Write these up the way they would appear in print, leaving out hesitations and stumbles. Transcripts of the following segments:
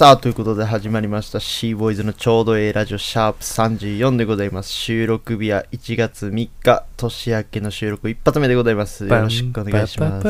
さあ、ということで始まりました C ボーイズのちょうどええラジオシャープ34でございます。収録日は1月3日、年明けの収録一発目でございます。よろしくお願いします。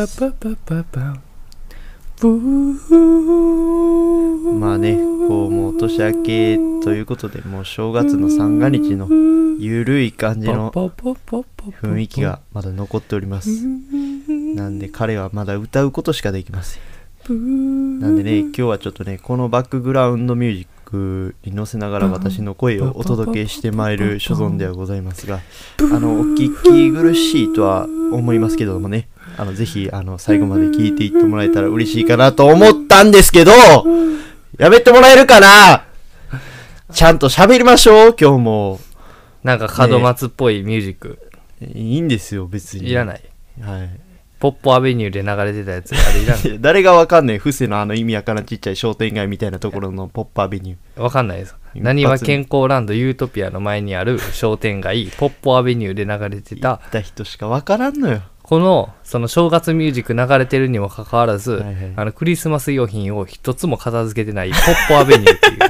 まあね、こうもう年明けということで、もう正月の三が日のゆるい感じの雰囲気がまだ残っております。なんで彼はまだ歌うことしかできません。なんでね、今日はちょっとね、このバックグラウンドミュージックに乗せながら私の声をお届けしてまいる所存ではございますが、お聞き苦しいとは思いますけどもね、ぜひ最後まで聞いていってもらえたら嬉しいかなと思ったんですけど、やめてもらえるかな。ちゃんと喋りましょう。今日もなんか門松っぽいミュージック、 いいんですよ別に。 いらない。 はい。 ポップアベニューで流れてたやつ、あれいらない。 誰がわかんねえ。布施の意味わからんちっちゃい商店街みたいなところのポップアベニュー。 わかんないです。何は健康ランドユートピアの前にある商店街、ポップアベニューで流れてた。 行った人しかわからんのよ。 その正月ミュージック流れてるにもかかわらず、 はいはい、 クリスマス用品を一つも片付けてないポップアベニューっていう。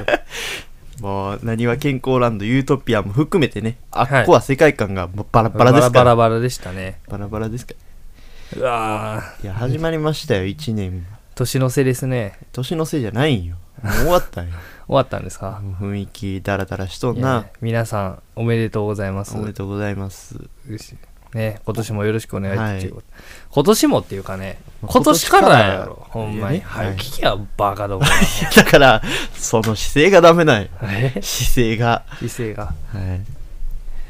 もう何は健康ランドユートピアも含めてね、あっこは世界観がもうバラバラですから。 バラバラでしたね。 バラバラですか。 うわいや始まりましたよ1年。 年の瀬ですね。 年のせいじゃないんよ。もう終わったんよ。 終わったんですか。 雰囲気ダラダラしとんな。 皆さんおめでとうございます。 おめでとうございます。 ね、今年もよろしくお願いします。 はい、 今年もっていうかね、今年からやろ。ほんまに。はい。聞きやバカども。 だからその姿勢がダメない。姿勢が。 はい。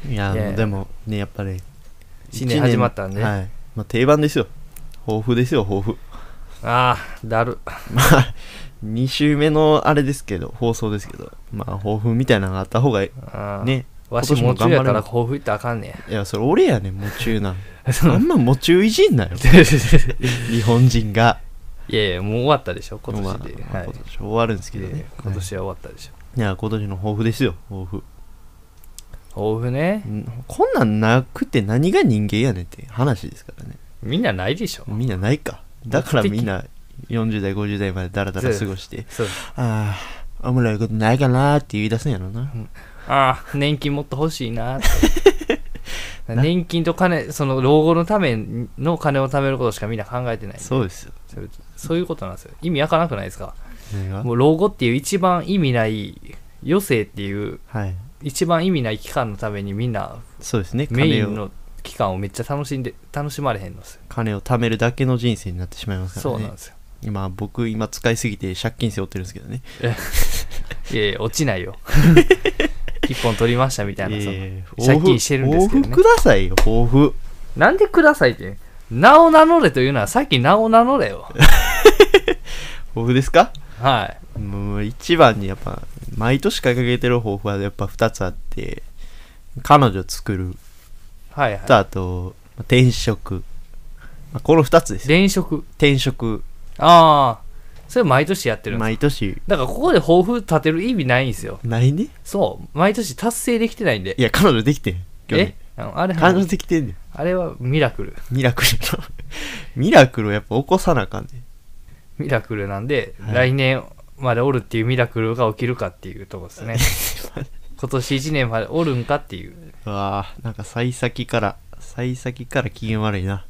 いやでもね、やっぱり新年始まったんで。 はい。まあ、定番ですよ。抱負ですよ、抱負。 ああ、だる。 まあ、2週目のあれですけど、放送ですけど、まあ、抱負みたいなのがあった方がいい。ね。 わし、も中やから抱負言ったらあかんねん。いや、それ俺やねん、も中なん。あんまも中いじんなよ。日本人が。 いやいや、もう終わったでしょ、今年で。 まあ、今年終わるんですけどね。 今年は終わったでしょ。 いや、今年の抱負ですよ、抱負。 抱負ね。 こんなんなくて何が人間やねんって話ですからね。 みんなないでしょ。 みんなないか。だからみんな40代50代までダラダラ過ごして、ああおもろいことないかなって言い出すんやろな、 ああ年金もっと欲しいなって年金と金、その老後のための金を貯めることしかみんな考えてない。 そうですよ。 そういうことなんですよ。意味わからなくないですか。もう老後っていう一番意味ない余生っていう、はい、一番意味ない期間のためにみんなそうですね、 メインの期間をめっちゃ楽しまれへんのですよ。 金を貯めるだけの人生になってしまいますからね。 そうなんですよ。 僕使いすぎて借金背負ってるんですけどね。 いやいや落ちないよ。一本取りましたみたいな、借金してるんですけどね。 抱負くださいよ、抱負。 なんでくださいって。名を名乗れというのはさっき名を名乗れよ。 抱負ですか。 はい。 もう一番にやっぱ毎年掲げてる抱負はやっぱ2つあって、彼女作る、 はいはい、 あと転職、この2つです。転職。 ああ、それ毎年やってるんです。 毎年。 だからここで抱負立てる意味ないんですよ。 ないね。 そう、毎年達成できてないんで。 いや、彼女できてん。 あれ彼女できてんねん。 あれはミラクル。 ミラクルをやっぱ起こさなあかんねん。 ミラクルなんで、はい、来年までおるっていうミラクルが起きるかっていうところですね。今年1年までおるんかっていう。 わあ、なんか幸先から機嫌悪いな。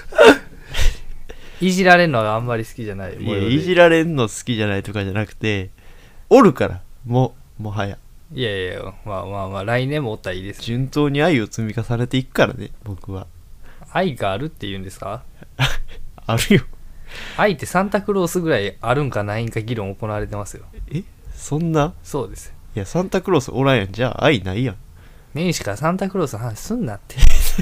いじられるのがあんまり好きじゃない。 いや、いじられるの好きじゃないとかじゃなくて、おるからもはや。 いやいや、まあ来年もおったらいいです。 順当に愛を積み重ねていくからね、僕は。 愛があるって言うんですか。 あるよ。 愛ってサンタクロースぐらいあるんかないんか議論行われてますよ。 そんな。 そうです。 いや、サンタクロースおらんやん。じゃあ愛ないやん。 年始からサンタクロースの話すんなって。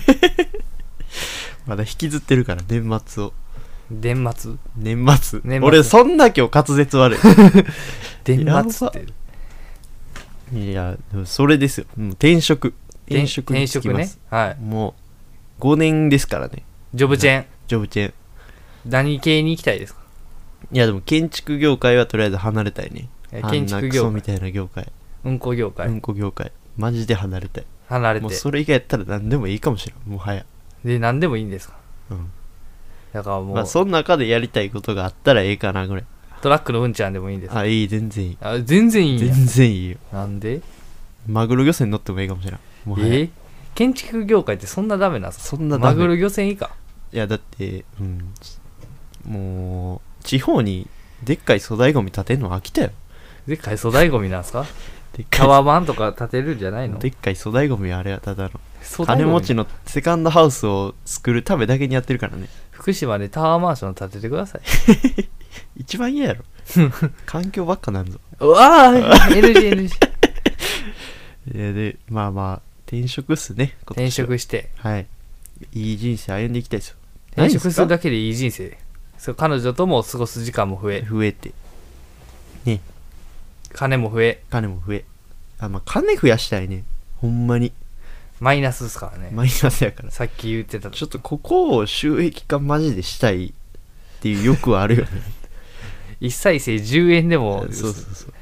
まだ引きずってるから年末を。 年末。 俺そんな今日滑舌悪い。 年末って。 いや、それですよ。転職につきます。 ね。はい。 もう5年ですからね。 ジョブチェーン。 何系に行きたいですか。 いやでも建築業界はとりあえず離れたいね。 建築業界。 クソみたいな業界。 うんこ業界。 マジで離れたい。 もうそれ以外やったら何でもいいかもしれん。もはや。 で、何でもいいんですか。 うん。 だからもう。 その中でやりたいことがあったらええかなぐらい。 トラックのうんちゃんでもいいんですか？ あ、いい、全然いい。 あ、全然いいんや。 全然いいよ。 なんで？ マグロ漁船乗ってもいいかもしれない。もはや建築業界ってそんなダメなんすか？ そんなダメ。 マグロ漁船いいか。 いや、だって、もう、地方にでっかい粗大ゴミ建てんの飽きたよ。 でっかい粗大ゴミなんすか？ でっかいタワーマンとか建てるんじゃないの？ でっかい粗大ゴミはあれはただの粗大ゴミ金持ちのセカンドハウスを作るためだけにやってるからね。 福島でタワーマンション建ててください。 一番嫌やろ。環境ばっかなんぞ。 うわー NG で、まあまあ、転職っすね。 転職して。 はい。いい人生歩んでいきたいですよ。 転職するだけでいい人生。そう、彼女とも過ごす時間も増えて。ね。 金も増え。 あ、まあ、金増やしたいね。ほんまに。 マイナスですからね。 マイナスやから。 さっき言ってた。 ちょっとここを収益化マジでしたいっていう欲はあるよね。 一再生10円でも、 そう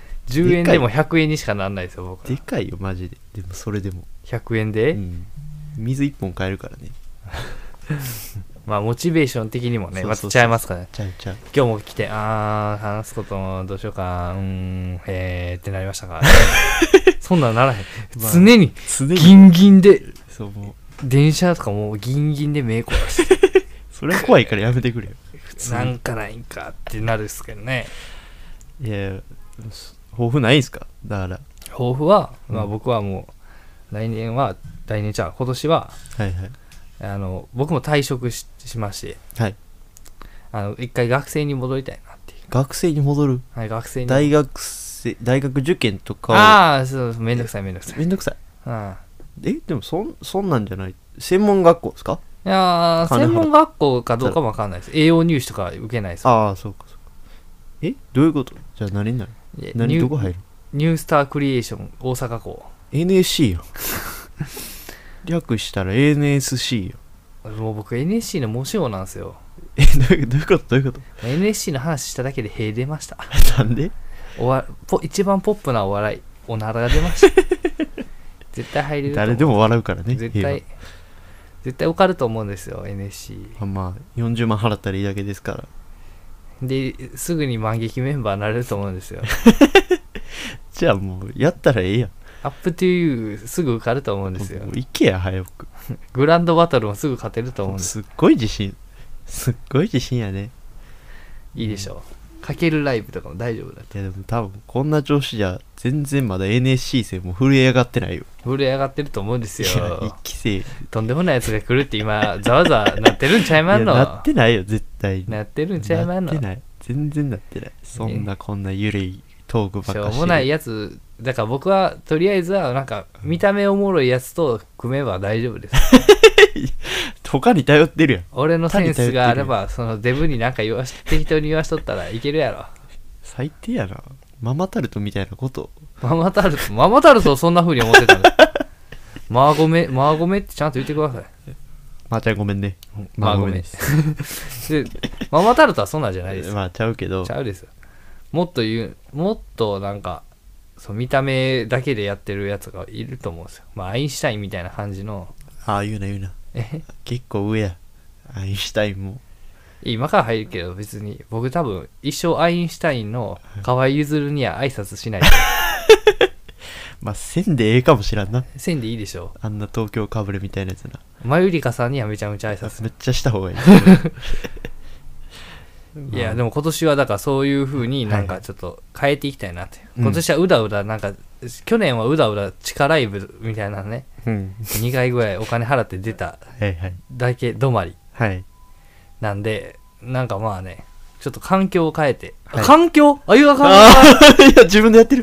10円でも100円にしかならないですよ、僕は。 でかいよ、マジで。でもそれでも。 100円で、 水1本買えるからね。 まあ、モチベーション的にもね、またちゃいますからね。 ちゃう。 今日も来て、話すこともどうしようか、ってなりましたから、ね。そんなんならへん。常に、ギンギンで、 そうもう電車とかもうギンギンで目こらして。 それは怖いからやめてくれよ。 なんかないんかってなるっすけどね。 いや、抱負ないんすか？だから。 抱負は、まあ僕はもう、今年は、 はいはい。 僕も退職 しまして、 はい。 一回学生に戻りたいなっていう。 学生に戻る？ はい、学生に。 大学受験とかを。 ああ、そう、めんどくさい。 めんどくさい。 ああ。 でもそんなんじゃない？専門学校ですか？ いやー、専門学校かどうかもわかんないです。栄養入試とか受けないです。 ああ、そうか。どういうこと？じゃあ何になる？どこ入る？ ニュースタークリエーション大阪校。 NSC よ。略したら NSC よ。 もう僕 NSC の模試王なんですよ。 どういうこと？ NSC の話しただけでへ出ました。 なんで？ 一番ポップなお笑い、おならが出ました。絶対入れると思う。 誰でも笑うからね。 絶対受かると思うんですよ、NSC。 まあ、40万払ったらいいだけですから。 で、すぐに満劇メンバーになれると思うんですよ。 じゃあもう、やったらええやん。 アップトゥーユーすぐ受かると思うんですよ。 行けや、早く。 グランドバトルもすぐ勝てると思うんです。 すっごい自信やね。 いいでしょう。かけるライブとかも大丈夫だって。 いやでも多分、こんな調子じゃ、全然まだ NSC 生も震え上がってないよ。 震え上がってると思うんですよ。 一期生。 とんでもないやつが来るって今、ざわざわなってるんちゃいまんの？ なってないよ、絶対。 なってるんちゃいまんの？ なってない。全然なってない。そんなこんなゆるいトークばっかり。 しょうもないやつ。だから僕はとりあえずはなんか見た目おもろいやつと組めば大丈夫です。 他に頼ってるやん。 俺のセンスがあればそのデブになんか適当に言わしとったらいけるやろ。 最低やな。ママタルトみたいなこと。 ママタルトをそんな風に思ってたんだ。マーゴメってちゃんと言ってください。 まーちゃんごめんね。 マーゴメでママタルトはそんなんじゃないです。 まあちゃうけど。 ちゃうですよ。もっとなんかそう見た目だけでやってるやつがいると思うんですよ。まあアインシュタインみたいな感じの。 言うな。結構上や。アインシュタインも。 今から入るけど別に僕多分一生アインシュタインの河合ゆずるには挨拶しない。 まあせんでええかもしらんな。 せんでいいでしょ。 あんな東京かぶれみたいなやつな。 マユリカさんにはめちゃめちゃ挨拶。 めっちゃした方がいい。 いやでも今年はだからそういう風になんかちょっと変えていきたいなって、今年はうだうだなんか去年はうだうだ地下ライブみたいなね、2回ぐらいお金払って出ただけ止まりなんで、なんかまあねちょっと環境を変えて、環境いや自分でやってる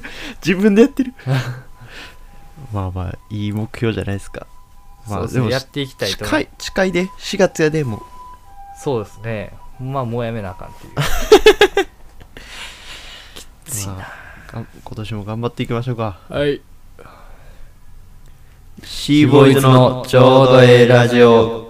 まあいい目標じゃないですか。 まあでもやっていきたいと思う。 近いで4月やでもそうですね。まあもうやめなあかんっていう。きついな。 今年も頑張っていきましょうか。 はい。 シーボーイズのちょうどええラジオ。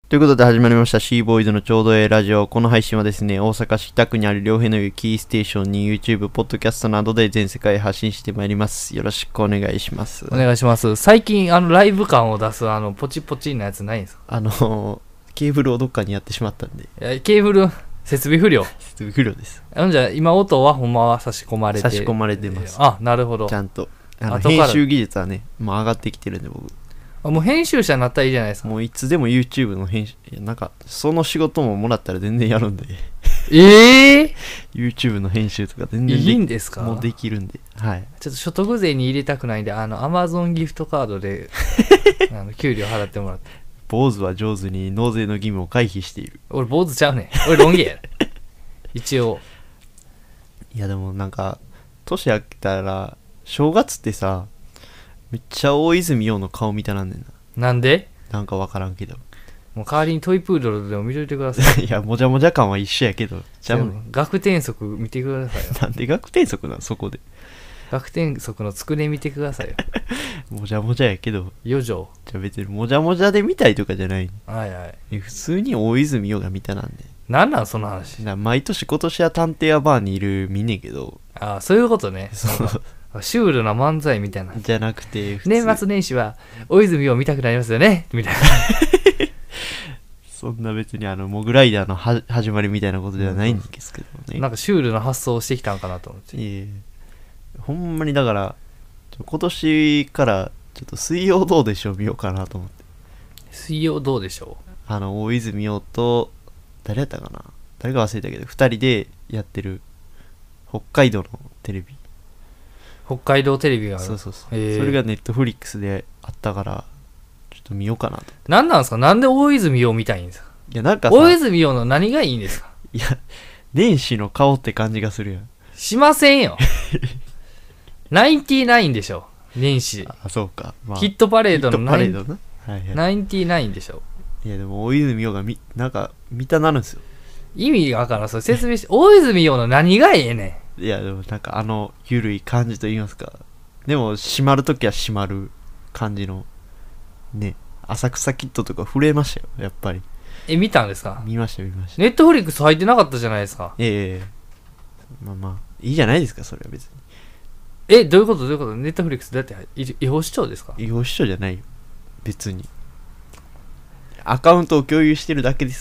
ということで始まりましたシーボーイズのちょうどええラジオ。この配信はですね、大阪市北区にある両平の湯キーステーションに YouTube、ポッドキャストなどで全世界発信してまいります。よろしくお願いします。 お願いします。最近ライブ感を出すポチポチのやつないんですか？ ケーブルをどっかにやってしまったんで。 ケーブル設備不良。 設備不良です。 じゃあ今音はほんまは差し込まれて。 差し込まれてます。 あ、なるほど。 ちゃんと編集技術はね、もう上がってきてるんで僕。 もう編集者になったらいいじゃないですか。 もういつでも YouTube の編集、なんかその仕事ももらったら全然やるんで。YouTube の編集とか全然いいんですか？ もうできるんで。はい。 ちょっと所得税に入れたくないんで、Amazon ギフトカードで給料払ってもらって。 坊主は上手に納税の義務を回避している。 俺坊主ちゃうねん。俺ロン毛や。一応。 いやでもなんか年明けたら正月ってさ、めっちゃ大泉洋の顔見たなんねんな。 なんで？ なんかわからんけど。 もう代わりにトイプードルでも見といてください。 いや、もじゃもじゃ感は一緒やけど。じゃあ学天則見てくださいよ。 なんで学天則なのそこで。 学天則のつくね見てくださいよ。 もじゃもじゃやけど。 余剰。 じゃあ別にもじゃもじゃで見たいとかじゃない。 はいはい。 普通に大泉洋が見たなんで。 なんなんその話。 毎年今年は探偵はバーにいる見ねえけど。 ああ、そういうことね。 そうシュールな漫才みたいな。 じゃなくて、 年末年始は大泉洋見たくなりますよねみたいな。 そんな別にモグライダーの始まりみたいなことではないんですけどね。 なんかシュールな発想をしてきたんかなと思って。 いえ、ほんまにだから今年からちょっと水曜どうでしょう見ようかなと思って。 水曜どうでしょう、大泉洋と誰やったかな、誰か忘れたけど2人でやってる北海道のテレビ、 北海道テレビがある。 そうそうそう、それがネットフリックスであったからちょっと見ようかなと。 なんなんですか？なんで大泉洋見たいんですか？ いやなんかさ、 大泉洋の何がいいんですか？ いや年始の顔って感じがするやん。 しませんよ。ナインティナインでしょ年始。 あ、そうか、 まあ、ヒットパレードのナインティナインでしょ。 いやでも大泉洋がなんか見たなるんですよ。 意味がわからん。それ説明して。大泉洋の何がええねん。いやでもなんかゆるい感じと言いますか、でも閉まるときは閉まる感じのね。浅草キッドとか震えましたよやっぱり。 見たんですか？ 見ました見ました。 ネットフリックス入ってなかったじゃないですか。 まあまあいいじゃないですかそれは別に。どういうことどういうこと？ネットフリックスだって違法視聴ですか？ 違法視聴じゃないよ別に。アカウントを共有してるだけです。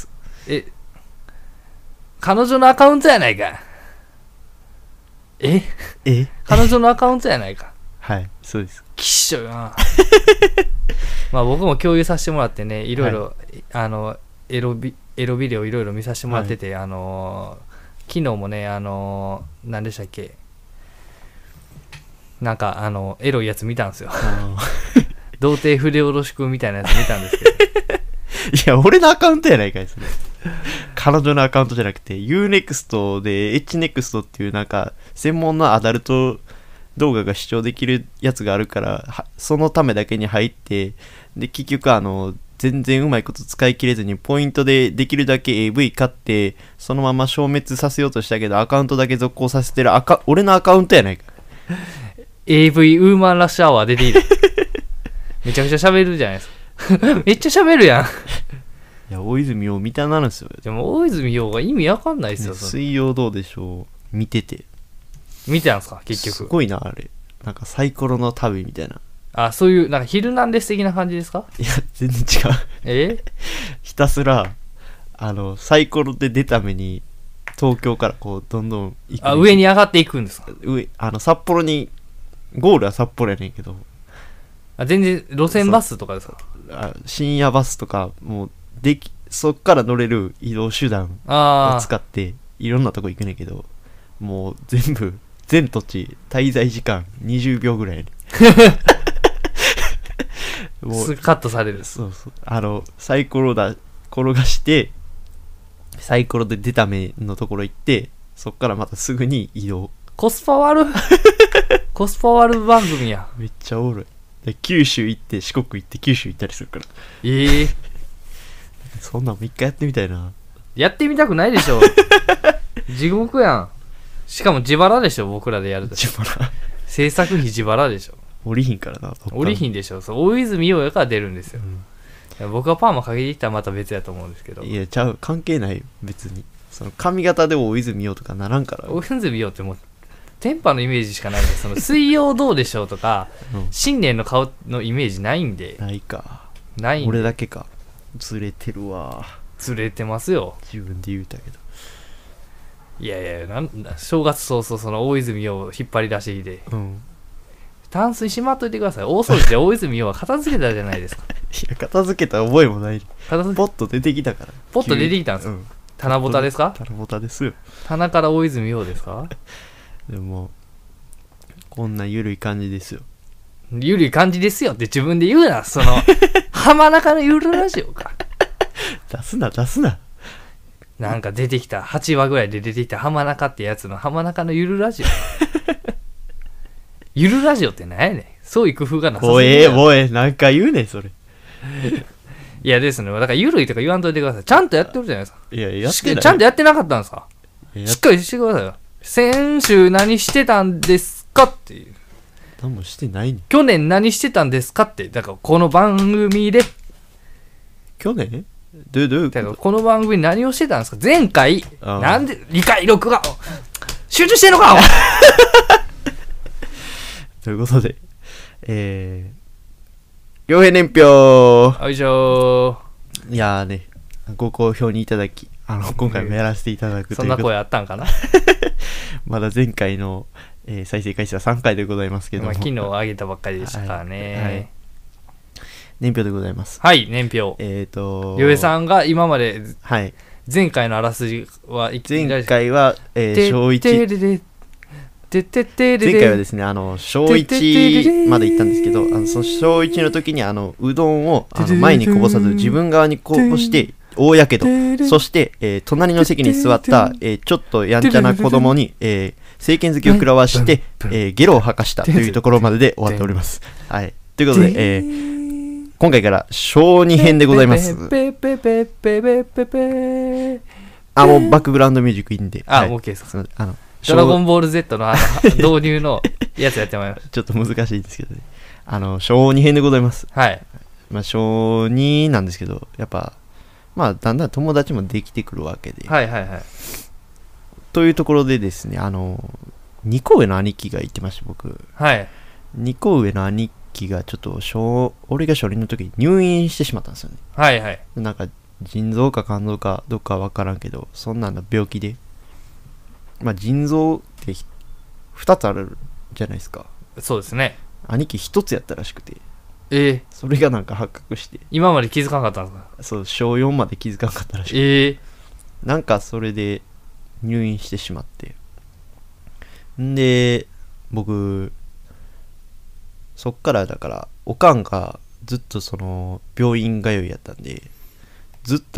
彼女のアカウントやないか。彼女のアカウントやないか。 はい、そうです。 きっしょよな。まあ僕も共有させてもらってね、いろいろ、はい、エロビデオいろいろ見させてもらってて、はい、昨日もね、何でしたっけ、なんかエロいやつ見たんですよ。童貞筆下ろしくんみたいなやつ見たんですけど。 いや、俺のアカウントやないかい、それ。彼女のアカウントじゃなくて、Unext で HNEXT っていうなんか、専門のアダルト動画が視聴できるやつがあるから、そのためだけに入って、で、結局全然うまいこと使い切れずに、ポイントでできるだけ AV 買って、そのまま消滅させようとしたけど、アカウントだけ続行させてる俺のアカウントやないか。 AV ウーマンラッシュアワー出ている。めちゃくちゃ喋るじゃないですか。めっちゃ喋るやん。いや、大泉洋見たなるんですよ。 でも大泉洋が意味わかんないですよ。 水曜どうでしょう見てて。 見てたんすか結局。 すごいなあれ。なんかサイコロの旅みたいな。 あ、そういうなんかヒルナンデス的な感じですか？ いや全然違う。ひたすらサイコロで出た目に東京からこうどんどん行く。 上に上がっていくんですか？ 札幌にゴールは札幌やねんけど。 全然路線バスとかですか？ 深夜バスとかもうそっから乗れる移動手段を使っていろんなとこ行くねんけど、もう全土地滞在時間20秒ぐらいやねん。もうカットされる。 そうサイコロ転がしてサイコロで出た目のところ行って、そっからまたすぐに移動。 コスパ悪コスパ悪番組や。 めっちゃおもろい。九州行って四国行って九州行ったりするから。そんなんも一回やってみたいな。 やってみたくないでしょ。地獄やん。しかも自腹でしょ僕らでやると。 自腹。 制作費自腹でしょ。 降りひんからな。 降りひんでしょ。大泉洋やから出るんですよ。 や僕がパーマかけてきたらまた別やと思うんですけど。 いやちゃう、関係ないよ別に。その髪型で大泉洋とかならんから。 大泉洋ってもうテンパのイメージしかないんで、その水曜どうでしょうとか、新年の顔のイメージないんで。 ないか。 ないんで。 俺だけか。ずれてるわ。 ずれてますよ。 自分で言うたけど。 いやいや、正月早々その大泉洋を引っ張り出してきて、タンスにしまっといてください。大掃除で大泉洋は片付けたじゃないですか。 いや、片付けた覚えもない。ポッと出てきたから。 ポッと出てきたんですか。棚ぼたですか。 棚ぼたですよ。 棚から大泉洋ですか。 でもこんなゆるい感じですよ。 ゆるい感じですよって自分で言うな。その浜中のゆるラジオか。 出すな出すな。 なんか出てきた8話ぐらいで出てきた浜中ってやつの浜中のゆるラジオ。ゆるラジオって何やねん。そういう工夫がなさすぎる。 もう何回言うねんそれ。 いやですね、だからゆるいとか言わんといてください。ちゃんとやってるじゃないですか。 いややってない。 ちゃんとやってなかったんですか。しっかりしてくださいよ。先週何してたんですかっていう。 何もしてないねん。 去年何してたんですかって。だからこの番組で。 去年どういうだからこの番組何をしてたんですか。前回なんで理解力が集中してんのか。 ということで両平年表よいしょー。いやーね、ご好評にいただき今回もやらせていただくということで、 そんな声あったんかな。 まだ前回の、再生回数は3回でございますけども、 昨日上げたばっかりでしたからね。 はい、年表でございます。 はい、年表。よえさんが今まで、 はい、 前回のあらすじは前回は、小1前回はですね小1まで行ったんですけど、その小1の時にうどんを前にこぼさず自分側にこぼして大やけど、そして、隣の席に座った、ちょっとやんちゃな子供に、正拳突きを食らわして、ゲロを吐かしたというところまでで終わっております。はい、ということで、今回から小2編でございます。もうバックグラウンドミュージックいいんで、 はい、OK です。ドラゴンボール Z の導入のやつやってもらいます。 ちょっと難しいですけどね。小2編でございます。 はい。 まあ、小2なんですけど、やっぱ、まあ、だんだん友達もできてくるわけで。 はいはいはい。 というところでですね、2個上の兄貴がいてまして、僕。 はい。 2個上の兄貴がちょっと俺が小2の時に入院してしまったんですよね。 はいはい。 なんか、腎臓か肝臓かどっかわからんけど、そんなの病気で。まあ、腎臓って2つあるじゃないですか。 そうですね。 兄貴1つやったらしくて、それがなんか発覚して、 今まで気づかなかったんですか。 そう、小4まで気づかなかったらしくて、なんかそれで入院してしまって、んで僕そっからだからおかんがずっとその病院通いやったんで、ずっと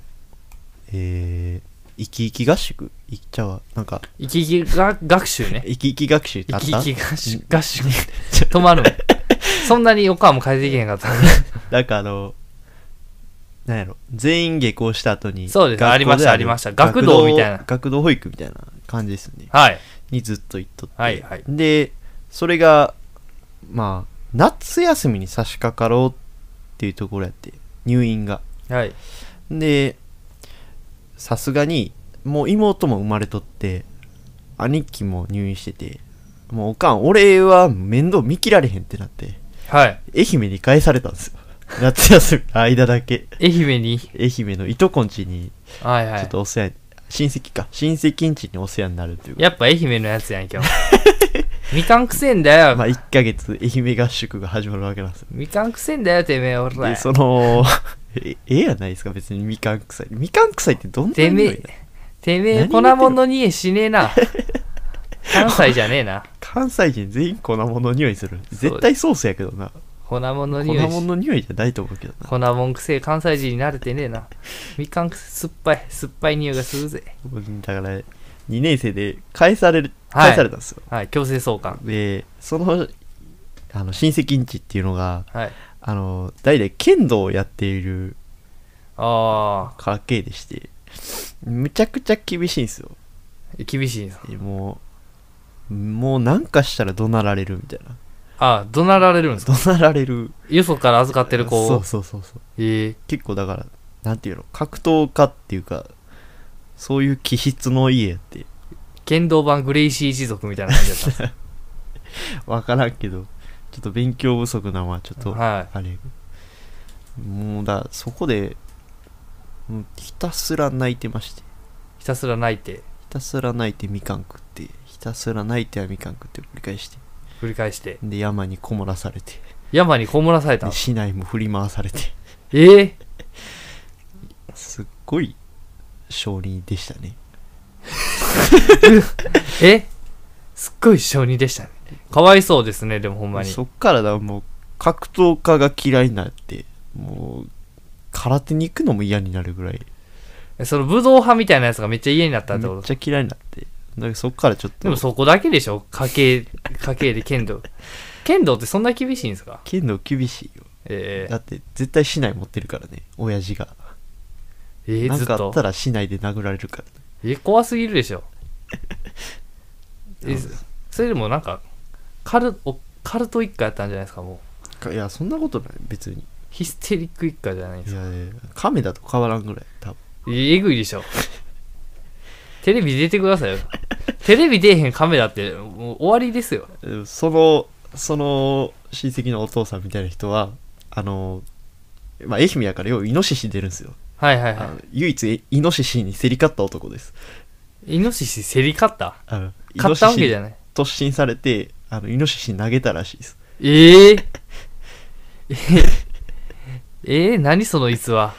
生き生き合宿行っちゃうわ。なんか生き生き学習ね。 生き生き学習ってあった？ 生き生き合宿止まるの。そんなにお母も変えていけへんかった。 なんかなんやろ、全員下校した後に、 そうです、ありましたありました。学童みたいな、 学童保育みたいな感じですね。 はい。 にずっと行っとって、 はいはい。 でそれがまあ夏休みに差し掛かろうっていうところやって、入院が。 はい。 でさすがにもう妹も生まれとって兄貴も入院してて、もうおかん俺は面倒見切られへんってなって、 はい、 愛媛に返されたんですよ。夏休みの間だけ愛媛のいとこんちにちはいはい、 ょっとお世話、親戚んちにお世話になるっていう。 やっぱ愛媛のやつやん今日。みかんくせんだよ。 まあ1ヶ月愛媛合宿が始まるわけなんですよ。 みかんくせんだよてめえ俺ら。 でそのやないですか別にみかん臭いってどんな匂いだ。 てめえ粉もんの匂いしねえな。関西じゃねえな。 関西人全員粉もんの匂いする。絶対ソースやけどな。 粉もんの匂い。 粉もんの匂いじゃないと思うけどな。 粉もんくせえ関西人に慣れてねえな。みかんくせ酸っぱい匂いがするぜ。 だから2年生で返されたんですよ。 はい、強制送還。 でその親戚んちっていうのが、 はい、 代々剣道をやっている家系でして、むちゃくちゃ厳しいんですよ。 厳しいんです。 もうなんかしたら怒鳴られるみたいな。 あ、怒鳴られるんですか？ 怒鳴られる。 よそから預かってる子を。 そう。結構だから、なんていうの、格闘家っていうか、そういう気質の家やって。 剣道版グレイシー一族みたいな感じだったんです。 わからんけど、ちょっと勉強不足なのはちょっと、 はい。 あれ。もうそこで、ひたすら泣いてまして。 ひたすら泣いて。 ひたすら泣いてみかん食って、ひたすら泣いてはみかん食って繰り返して。で、山にこもらされて。 山にこもらされた。 で、市内も振り回されて。すっごい、小児でしたね。 すっごい小児でしたね。かわいそうですね、でもほんまに。 そっからもう、格闘家が嫌いになって、もう、空手に行くのも嫌になるぐらい。 その武道派みたいなやつがめっちゃ嫌になったってこと？ めっちゃ嫌いになって。だからそっからちょっと。 でもそこだけでしょ？家系で剣道。剣道ってそんな厳しいんですか？ 剣道厳しいよ。だって絶対市内持ってるからね、親父が。なんかあったら市内で殴られるからね。怖すぎるでしょ。それでもなんかカルト一家やったんじゃないですか？もういや、そんなことない、別に。 ヒステリック一家じゃないですか？ いや亀だと変わらんぐらい、多分。 えぐいでしょ。テレビ出てくださいよ。テレビ出えへん亀だってもう終わりですよ。 その親戚のお父さんみたいな人は愛媛やからようイノシシ出るんですよ。唯一イノシシに競り勝った男です。 イノシシ競り勝った？ 勝ったわけじゃない。突進されてイノシシ投げたらしいです。 何その逸話。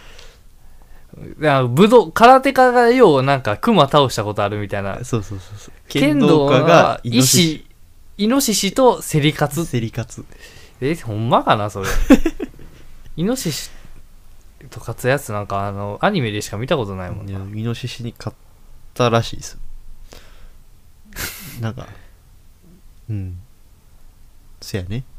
空手家がようなんか熊倒したことあるみたいな。 そう。剣道家がイノシシと競り勝つ。ほんまかなそれ。イノシシと勝つやつなんかアニメでしか見たことないもんな。 イノシシに勝ったらしいですよ。なんかそやね。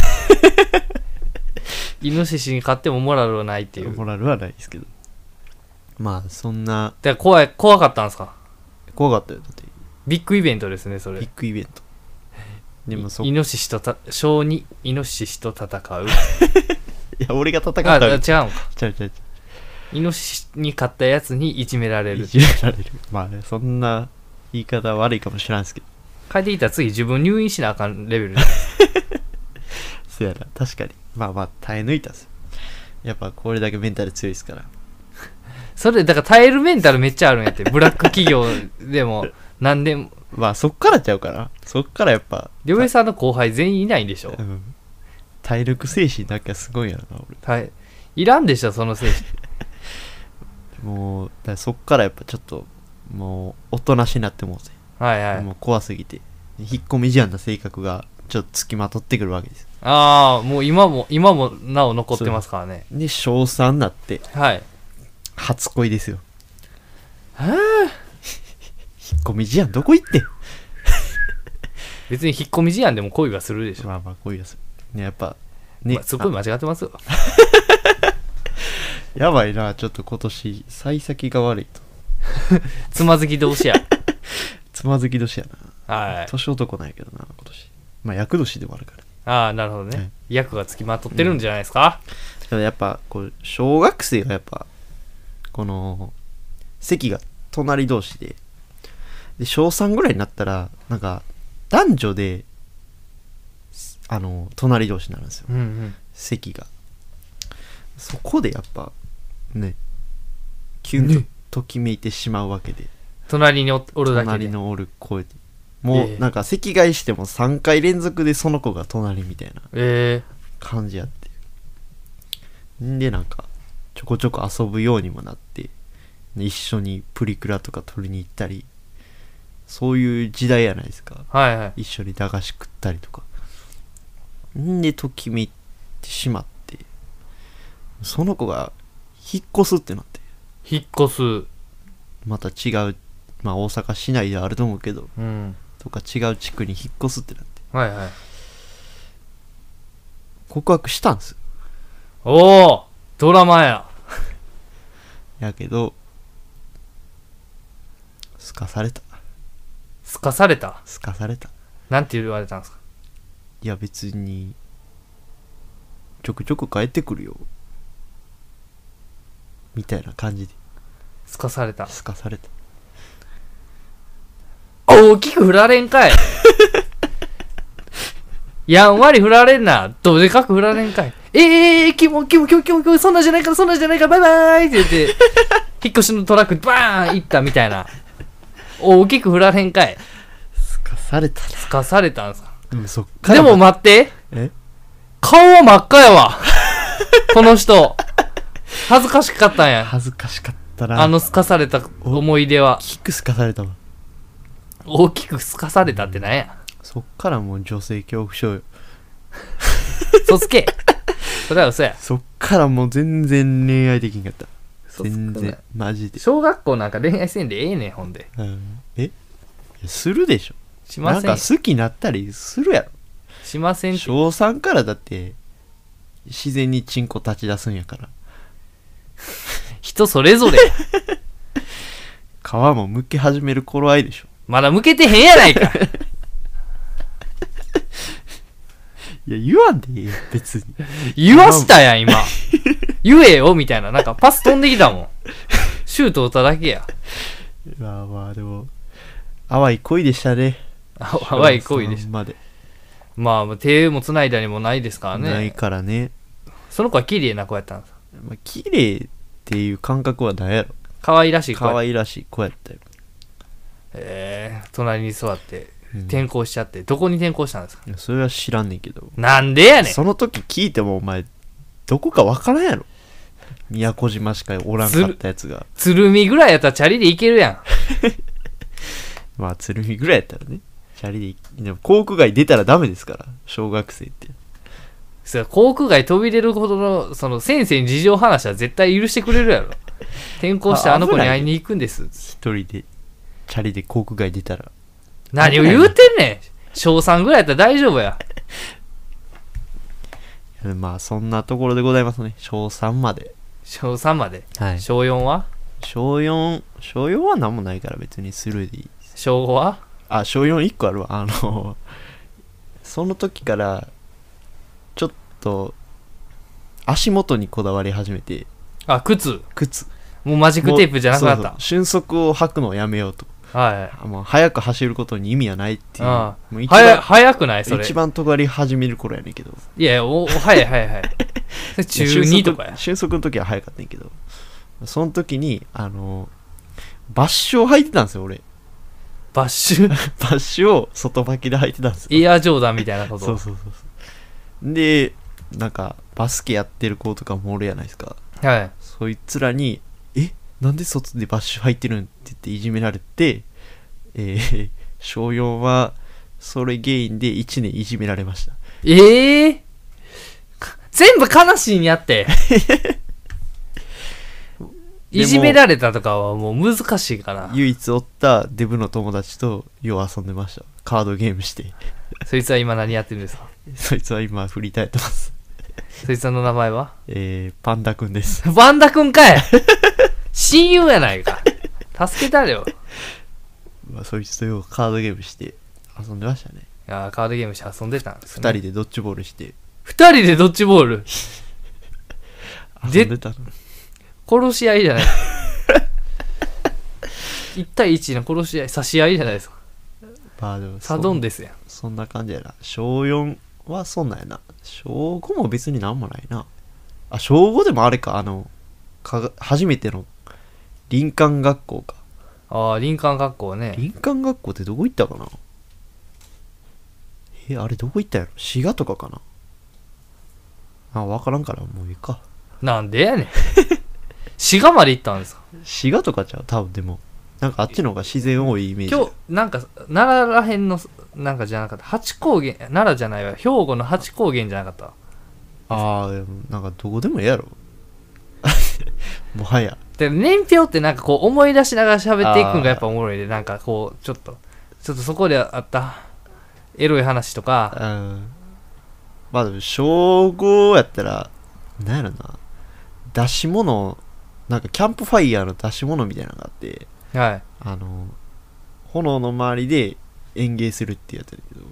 イノシシに勝ってもモラルはないっていう。 モラルはないですけど、まあそんな。 で怖かったんですか？ 怖かったよ。だってビッグイベントですね、それ。 ビッグイベント。でもイノシシと小児イノシシと戦う。 いや、俺が戦った。 違うのか。 違う。 イノシシに勝ったやつにいじめられる。 まあね、そんな言い方は悪いかもしれないですけど。 帰ってきたら次自分入院しなあかんレベルで。 そうやな、確かに。まあ耐え抜いたんですよ。やっぱこれだけメンタル強いですから。 それだから耐えるメンタルめっちゃあるんやって。ブラック企業でも何でも。 まあそっからちゃうから。そっからやっぱりょうえさんの後輩全員いないんでしょ？ 体力精神だけはすごいやろな俺。いらんでしょその精神。もうそっからやっぱちょっともうおとなしになってもうて。もう怖すぎて引っ込み思案な性格がちょっとつきまとってくるわけです。 もう今もなお残ってますからね。 で小3になって初恋ですよ。引っ込み思案どこ行ってん。 別に引っ込み思案でも恋がするでしょ。 まあ恋がするね、やっぱね。 すごい間違ってますよ。 やばいな、ちょっと今年幸先が悪いと。 つまずき同士や。 つまずき年やな。 年男なんやけどな今年。まあ厄年でもあるから。 なるほどね。役がつきまとってるんじゃないですか。 やっぱこう小学生がやっぱこの席が隣同士で小3ぐらいになったらなんか男女で隣同士になるんですよ、席が。そこでやっぱねキュンとときめいてしまうわけで、 隣におるだけで。 隣のおる声でもうなんか席替えしても3回連続でその子が隣みたいな感じやって、んでなんかちょこちょこ遊ぶようにもなって、一緒にプリクラとか撮りに行ったり、そういう時代やないですか。一緒に駄菓子食ったりとか。んでときめいてしまって、その子が引っ越すってなって。 引っ越す。 また違う、まあ大阪市内ではあると思うけど、とか違う地区に引っ越すってなって、告白したんですよ。 おお、ドラマや。 やけどすかされた。 すかされた。 すかされた。 なんて言われたんですか？ いや別にちょくちょく帰ってくるよみたいな感じですかされた。 すかされた。 大きく振られんかい。やんわり振られんな。どでかく振られんかい。キモ、そんなんじゃないから、バイバイって言って、引っ越しのトラックバーン行ったみたいな。大きく振られんかい。 すかされたな。 すかされたんすか。 そっからでも待って。顔は真っ赤やわ。この人。恥ずかしかったんや。 恥ずかしかったな。 すかされた思い出は。 大きくすかされたわ。 大きくすかされたってなんや。 そっからもう女性恐怖症よ。 そつけ。それは嘘や。 そっからもう全然恋愛できんかった。全然マジで。 小学校なんか恋愛せんでええねん、ほんで。 するでしょ。 しません。 なんか好きになったりするやろ。 しませんって。 小3からだって自然にチンコ立ち出すんやから。 人それぞれ。 皮も剥け始める頃合いでしょ。 まだ剥けてへんやないか。 いや言わんでいいよ別に。 言わしたやん今。言えよみたいな。なんかパス飛んできたもん。シュート打っただけや。 まあでも淡い恋でしたね。 淡い恋でした。まあ手も繋いだりもないですからね。 ないからね。 その子は綺麗な子やったんです。 綺麗っていう感覚はないやろ。 可愛らしい子。 可愛らしい子やったよ。 隣に座って転校しちゃって、どこに転校したんですか。 それは知らんねんけど。 なんでやねん。 その時聞いてもお前どこかわからんやろ。宮古島しかおらんかったやつが。 鶴見ぐらいやったらチャリで行けるやん。 まあ鶴見ぐらいやったらね、チャリでも航空街出たらダメですから小学生って。 航空街飛び出るほどのその先生に事情話は絶対許してくれるやろ。転校してあの子に会いに行くんです。 一人でチャリで航空街出たら。 何を言うてんねん。小3ぐらいやったら大丈夫や。 まあそんなところでございますね。小3まで。 小3まで。 はい。 小4は小4は何もないから別にスルーでいい。 小5は小4 1個あるわ。その時からちょっと足元にこだわり始めて。 靴もうマジックテープじゃなくなった。 瞬足を履くのをやめようと。 はい。 もう早く走ることに意味はないっていう。もう早くないそれ。 一番尖り始める頃やねんけど。 いや、早い。中2とかや。 瞬足の時は早かったんやけど。その時に、バッシュを履いてたんですよ、俺。 バッシュバッシュを外履きで履いてたんですよ。 エアジョーダンみたいなこと。 そう。で、なんか、バスケやってる子とかもおるやないですか。 はい。 そいつらに、なんで外でバッシュ履いてるんって言っていじめられて、小4はそれ原因で1年いじめられました。 全部悲しいんやって。いじめられたとかはもう難しいかな。 唯一おったデブの友達とよう遊んでました。カードゲームして。 そいつは今何やってるんですか。 そいつは今フリーターやってます。 そいつの名前はパンダくんです。 パンダくんかい。親友やないか。助けたれよ。 そいつとようカードゲームして遊んでましたね。 カードゲームして遊んでたんですね。 2人でドッジボールして。 2人でドッジボール遊んでたの。 殺し合いじゃない。1対1の殺し合い、刺し合いじゃないですか。 まあでもサドンですやん。 そんな感じやな。小4はそんなんやな。小5も別になんもないな。小5でもあれか、初めての林間学校か。 林間学校ね。 林間学校ってどこ行ったかな。あれどこ行ったやろ。滋賀とかかな。わからんからもういいか。 なんでやねん。滋賀まで行ったんですか。 滋賀とかちゃう多分。でもなんかあっちの方が自然多いイメージ。 今日なんか奈良らへんのなんかじゃなかった。八高原、奈良じゃないわ、兵庫の八高原じゃなかった。 なんかどこでもええやろ。もはや。 で年表ってなんかこう思い出しながら喋っていくんがやっぱおもろいで、なんかこうちょっとそこであったエロい話とか。 まあでも小5やったらなんやろな、出し物、なんかキャンプファイヤーの出し物みたいなのがあって、 はい。 炎の周りで演芸するってやつだけど、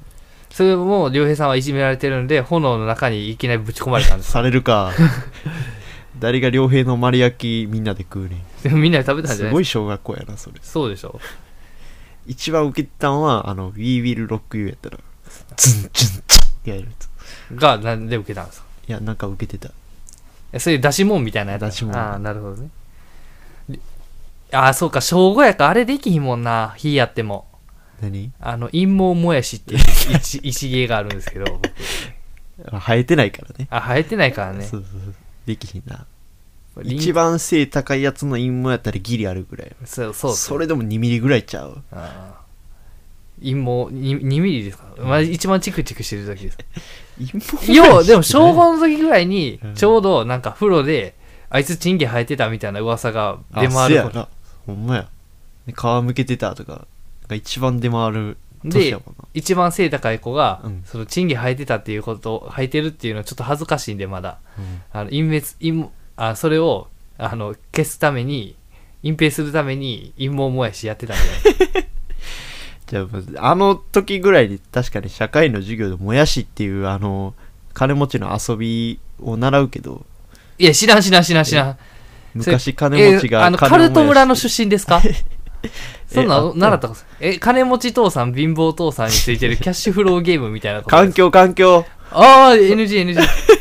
それも良平さんはいじめられてるんで炎の中にいきなりぶち込まれたんですされるか。誰が良平の丸焼きみんなで食うねん。 でもみんなで食べたんじゃないですか。 すごい小学校やな、それ。 そうでしょ。 一番受けたんは、We Will Rock You やったら、ズンズンツンってやるやつ。 がなんで受けたんですか。 いや、なんか受けてた。 そういう出し物みたいなやつ。 出し物。 ああ、なるほどね。ああ、そうか、小5やか、あれできひんもんな、火やっても。 何？ 陰謀もやしっていう一芸があるんですけど、僕。 生えてないからね。 あ、生えてないからね。 そうそうそう。できひんな。一番背高いやつの陰謀やったらギリあるぐらい。 そうそう。 それでも2ミリぐらいちゃう。 ああ。陰謀、2ミリですか、まあ、一番チクチクしてる時です。 陰謀でも小5の時ぐらいに、ちょうどなんか風呂で、あいつチンゲ生えてたみたいな噂が出回る。 やな。ほんまや。皮むけてたとか、一番出回る年やもんな。 で、一番背高い子が、 うん、 そのチンゲ生えてたっていうことを、生えてるっていうのはちょっと恥ずかしいんで、まだ。 うん、 それを、消すために、隠蔽するために陰謀もやしやってたんで。 じゃあ、あの時ぐらいに確かに社会の授業でもやしっていう金持ちの遊びを習うけど、 いや知らん昔金持ちがカルト村の出身ですか？そんな習ったこと金持ち父さん貧乏父さんについてるキャッシュフローゲームみたいなこと環境ああ NG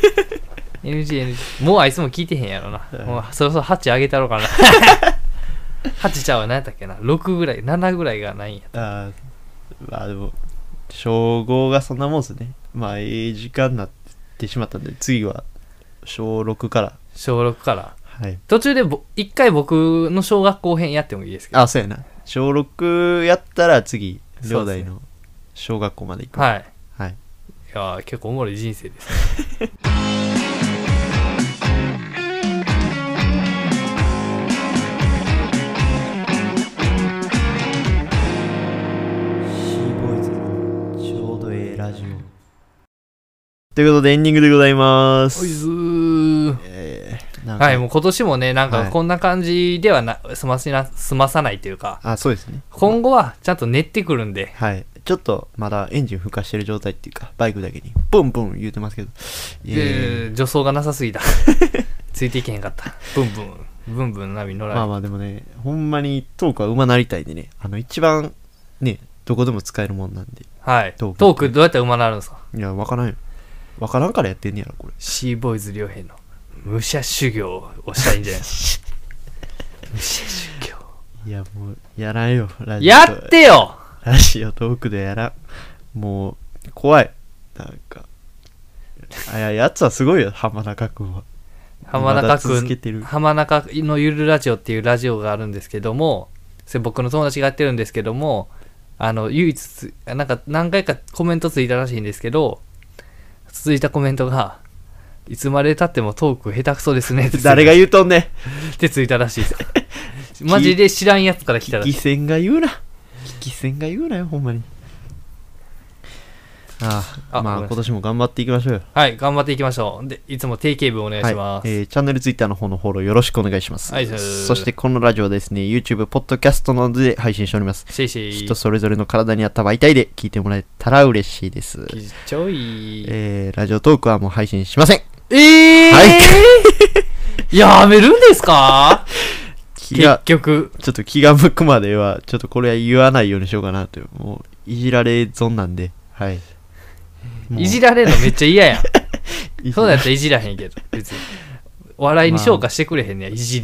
NG もうあいつも聞いてへんやろな、もうそろそろ8上げたろうかな。8ちゃうわ、何やったっけな、6ぐらい7ぐらいがないんやった。 まあでも小5がそんなもんすね。まあ時間になってしまったんで、次は小6から、 はい、途中で一回僕の小学校編やってもいいですけど。 そうやな、小6やったら次両大の小学校まで行く。 はい、 はい、 いや結構おもろい人生ですね。 ということでエンディングでございます。 はい、もう今年もね、なんかこんな感じでは済まさないというか、 そうですね。 今後はちゃんと練ってくるんで、 はい、ちょっとまだエンジン吹かしてる状態っていうか、バイクだけにブンブン言うてますけど、 助走がなさすぎた。ついていけへんかった。ブンブンナビ乗られ。 まあでもね、ほんまにトークは馬なりたいでね、一番ね、どこでも使えるもんなんで。 はい。トークどうやって馬なるんですか？ いや、わからんよ。わからんからやってんねやろ、これ。 シーボーイズ両兵の武者修行をしたいんじゃないですか。武者修行。 いや、もう、やらんよ、 ラジオ。やってよ！ ラジオトークでやらん。もう、怖い。なんか。やつはすごいよ、浜中くんは。 浜中のゆるラジオっていうラジオがあるんですけども、それ僕の友達がやってるんですけども、唯一なんか何回かコメントついたらしいんですけど、続いたコメントが、いつまで経ってもトーク下手くそですねって。 誰が言うとんねんってついたらしいです。マジで知らんやつから来たらしい。 危険が言うなよ、ほんまに。まあ今年も頑張っていきましょうよ。 はい、頑張っていきましょう。で、いつも定型文お願いします。 チャンネルツイッターの方のフォローよろしくお願いします。 はい、 そしてこのラジオはですね、YouTube、ポッドキャストなどで配信しております。人それぞれの体に合った媒体で聞いてもらえたら嬉しいです。 ちょい。 ラジオトークはもう配信しません。はい。 やめるんですか？結局。 ちょっと気が向くまでは、ちょっとこれは言わないようにしようかなという。もう、いじられ損なんで、はい。 いじられるのめっちゃ嫌やん。そうだったらいじらへんけど、別に。笑いに昇華してくれへんねや、いじり。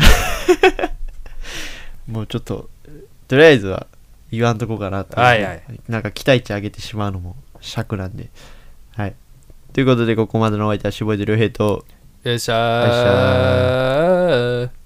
もうちょっと、とりあえずは言わんとこかなと。 はいはい。 なんか期待値上げてしまうのも尺なんで。はい。ということで、ここまでのお相手はしぼいでりょうへいと、 よっしゃー。